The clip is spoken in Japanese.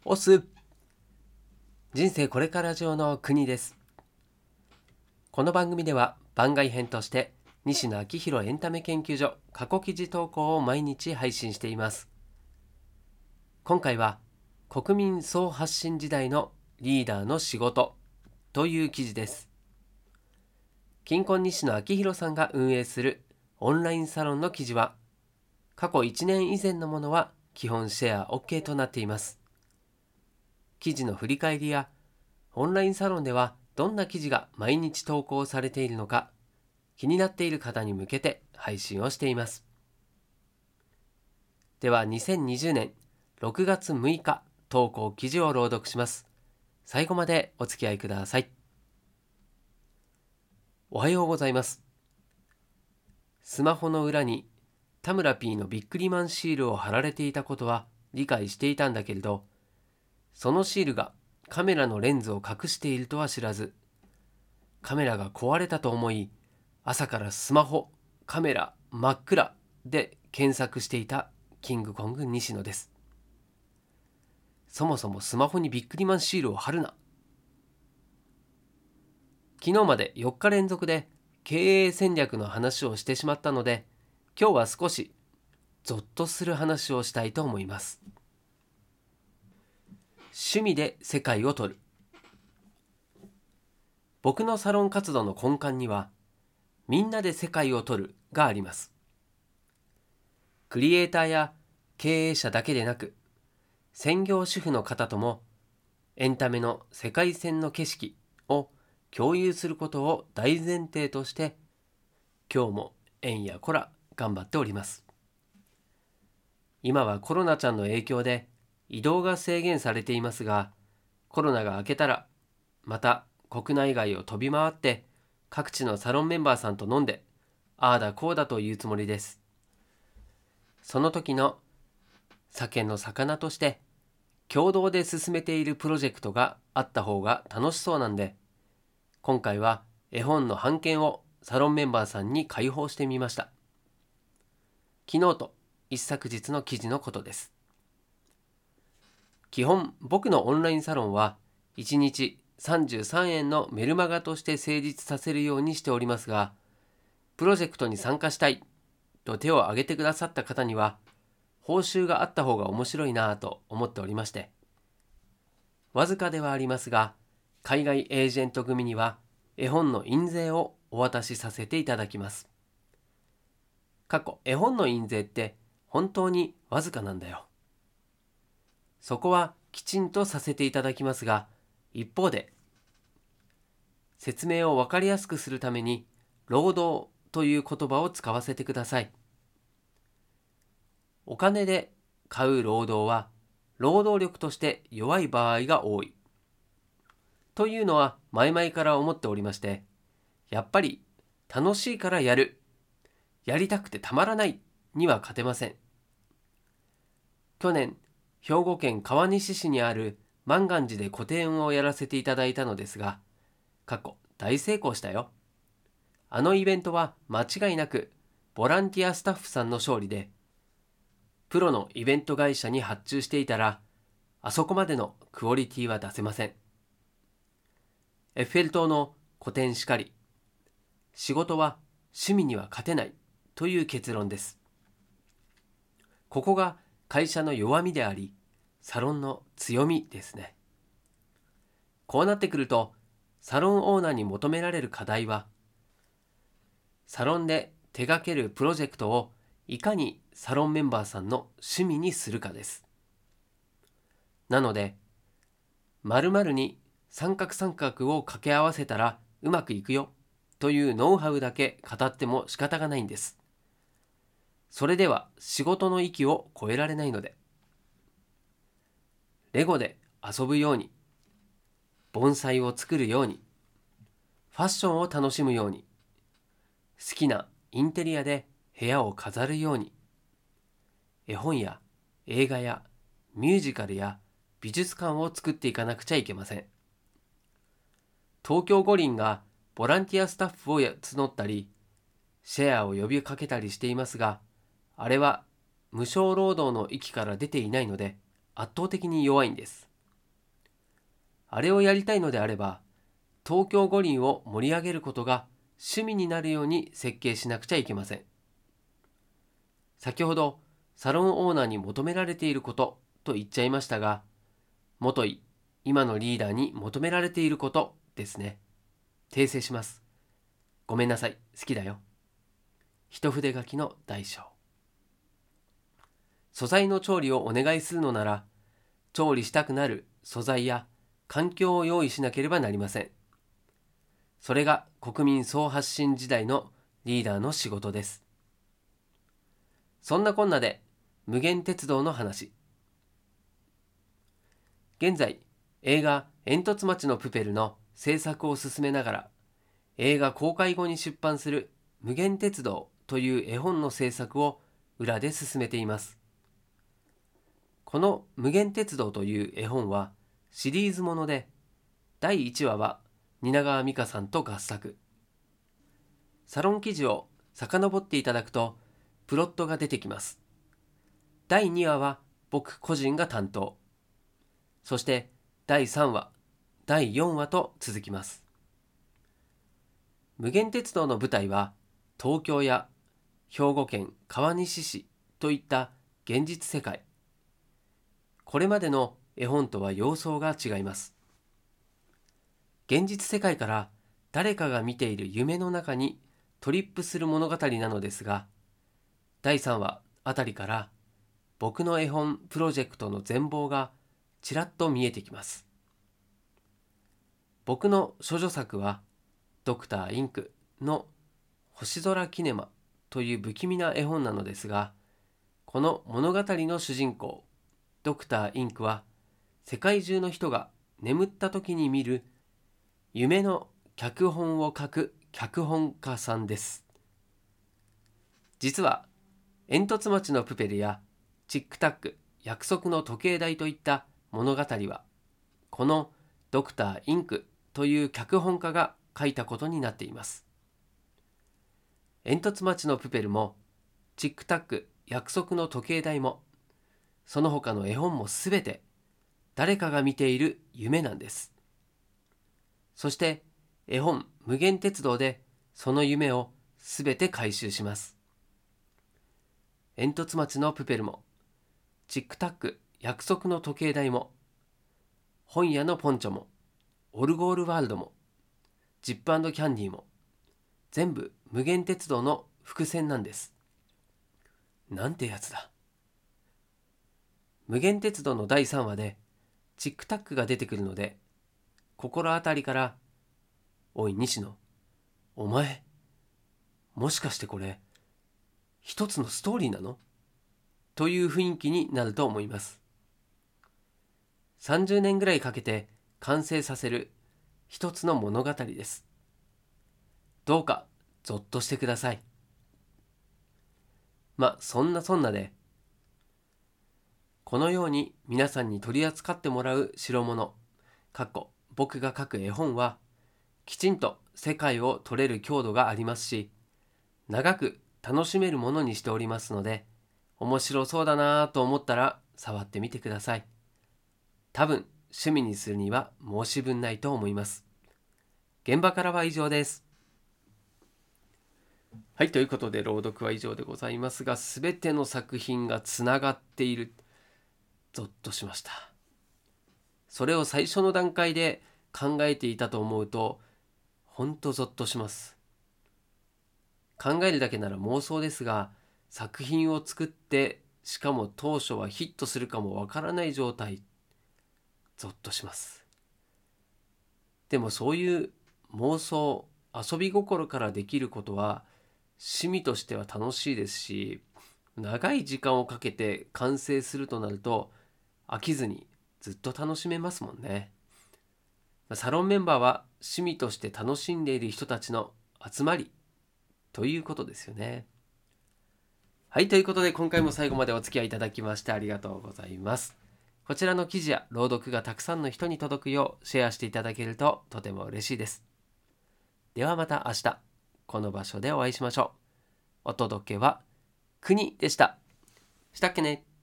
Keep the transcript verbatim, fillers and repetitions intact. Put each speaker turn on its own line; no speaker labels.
オス人生これから上の国です。この番組では番外編として西野昭弘エンタメ研究所過去記事投稿を毎日配信しています。今回は国民総発信時代のリーダーの仕事という記事です。近婚西野昭弘さんが運営するオンラインサロンの記事は過去いちねん以前のものは基本シェア OK となっています。記事の振り返りやオンラインサロンではどんな記事が毎日投稿されているのか気になっている方に向けて配信をしています。ではにせんにじゅうねんろくがつむいか投稿記事を朗読します。最後までお付き合いください。おはようございます。スマホの裏に田村 P のビックリマンシールを貼られていたことは理解していたんだけれど、そのシールがカメラのレンズを隠しているとは知らず、カメラが壊れたと思い、朝からスマホ、カメラ、真っ暗で検索していたキングコング西野です。そもそもスマホにビックリマンシールを貼るな。昨日までよっか連続で経営戦略の話をしてしまったので、今日は少しゾッとする話をしたいと思います。趣味で世界を撮る。僕のサロン活動の根幹には、みんなで世界を撮るがあります。クリエイターや経営者だけでなく、専業主婦の方ともエンタメの世界線の景色を共有することを大前提として、今日も縁やこら頑張っております。今はコロナちゃんの影響で移動が制限されていますが、コロナが明けたらまた国内外を飛び回って各地のサロンメンバーさんと飲んでああだこうだというつもりです。その時の酒の魚として共同で進めているプロジェクトがあった方が楽しそうなんで、今回は絵本の版権をサロンメンバーさんに開放してみました。昨日と一昨日の記事のことです。基本僕のオンラインサロンはいちにちさんじゅうさんえんのメルマガとして成立させるようにしておりますが、プロジェクトに参加したいと手を挙げてくださった方には報酬があった方が面白いなぁと思っておりまして、わずかではありますが海外エージェント組には絵本の印税をお渡しさせていただきます。過去絵本の印税って本当にわずかなんだよ。そこはきちんとさせていただきますが、一方で説明を分かりやすくするために労働という言葉を使わせてください。お金で買う労働は労働力として弱い場合が多いというのは前々から思っておりまして、やっぱり楽しいからやる、やりたくてたまらないには勝てません。去年兵庫県川西市にある万願寺で個展をやらせていただいたのですが、過去大成功したよ。あのイベントは間違いなくボランティアスタッフさんの勝利で、プロのイベント会社に発注していたらあそこまでのクオリティは出せません。エッフェル塔の個展しかり、仕事は趣味には勝てないという結論です。ここが会社の弱みであり、サロンの強みですね。こうなってくると、サロンオーナーに求められる課題は、サロンで手掛けるプロジェクトをいかにサロンメンバーさんの趣味にするかです。なので、〇〇に三角三角を掛け合わせたらうまくいくよというノウハウだけ語っても仕方がないんです。それでは仕事の域を超えられないので、レゴで遊ぶように、盆栽を作るように、ファッションを楽しむように、好きなインテリアで部屋を飾るように、絵本や映画やミュージカルや美術館を作っていかなくちゃいけません。東京五輪がボランティアスタッフを募ったり、シェアを呼びかけたりしていますが、あれは無償労働の域から出ていないので圧倒的に弱いんです。 あれをやりたいのであれば、東京五輪を盛り上げることが趣味になるように設計しなくちゃいけません。先ほど、サロンオーナーに求められていることと言っちゃいましたが、もとい、今のリーダーに求められていることですね。訂正します。ごめんなさい、好きだよ。一筆書きの代償。素材の調理をお願いするのなら、調理したくなる素材や環境を用意しなければなりません。それが国民総発信時代のリーダーの仕事です。そんなこんなで無限鉄道の話。現在、映画煙突町のプペルの制作を進めながら、映画公開後に出版する無限鉄道という絵本の制作を裏で進めています。この無限鉄道という絵本はシリーズもので、だいいちわは蜷川美香さんと合作。サロン記事を遡っていただくとプロットが出てきます。だいにわは僕個人が担当。そしてだいさんわ、だいよんわと続きます。無限鉄道の舞台は東京や兵庫県川西市といった現実世界。これまでの絵本とは様相が違います。現実世界から誰かが見ている夢の中にトリップする物語なのですが、だいさんわあたりから僕の絵本プロジェクトの全貌がちらっと見えてきます。僕の処女作はドクターインクの星空キネマという不気味な絵本なのですが、この物語の主人公ドクターインクは世界中の人が眠った時に見る夢の脚本を書く脚本家さんです。実は煙突町のプペルやチックタック約束の時計台といった物語はこのドクターインクという脚本家が書いたことになっています。煙突町のプペルもチックタック約束の時計台もその他の絵本もすべて誰かが見ている夢なんです。そして絵本無限鉄道でその夢をすべて回収します。煙突町のプペルもチックタック約束の時計台も本屋のポンチョもオルゴールワールドもジップ&キャンディーも全部無限鉄道の伏線なんです。なんてやつだ。無限鉄道のだいさんわでチックタックが出てくるので、心当たりからおい西野、お前もしかしてこれ一つのストーリーなのという雰囲気になると思います。さんじゅうねんぐらいかけて完成させる一つの物語です。どうかゾッとしてください。まあそんなそんなで、このように皆さんに取り扱ってもらう代物、かっこ僕が書く絵本はきちんと世界を取れる強度がありますし、長く楽しめるものにしておりますので、面白そうだなぁと思ったら触ってみてください。多分趣味にするには申し分ないと思います。現場からは以上です。はい、ということで朗読は以上でございますが、すべての作品がつながっている。ゾッとしました。それを最初の段階で考えていたと思うと、ほんとゾッとします。考えるだけなら妄想ですが、作品を作って、しかも当初はヒットするかもわからない状態、ゾッとします。でもそういう妄想、遊び心からできることは趣味としては楽しいですし、長い時間をかけて完成するとなると飽きずにずっと楽しめますもんね。サロンメンバーは趣味として楽しんでいる人たちの集まりということですよね。はい、ということで今回も最後までお付き合いいただきましてありがとうございます。こちらの記事や朗読がたくさんの人に届くようシェアしていただけるととても嬉しいです。ではまた明日この場所でお会いしましょう。お届けは国でした。したっけね。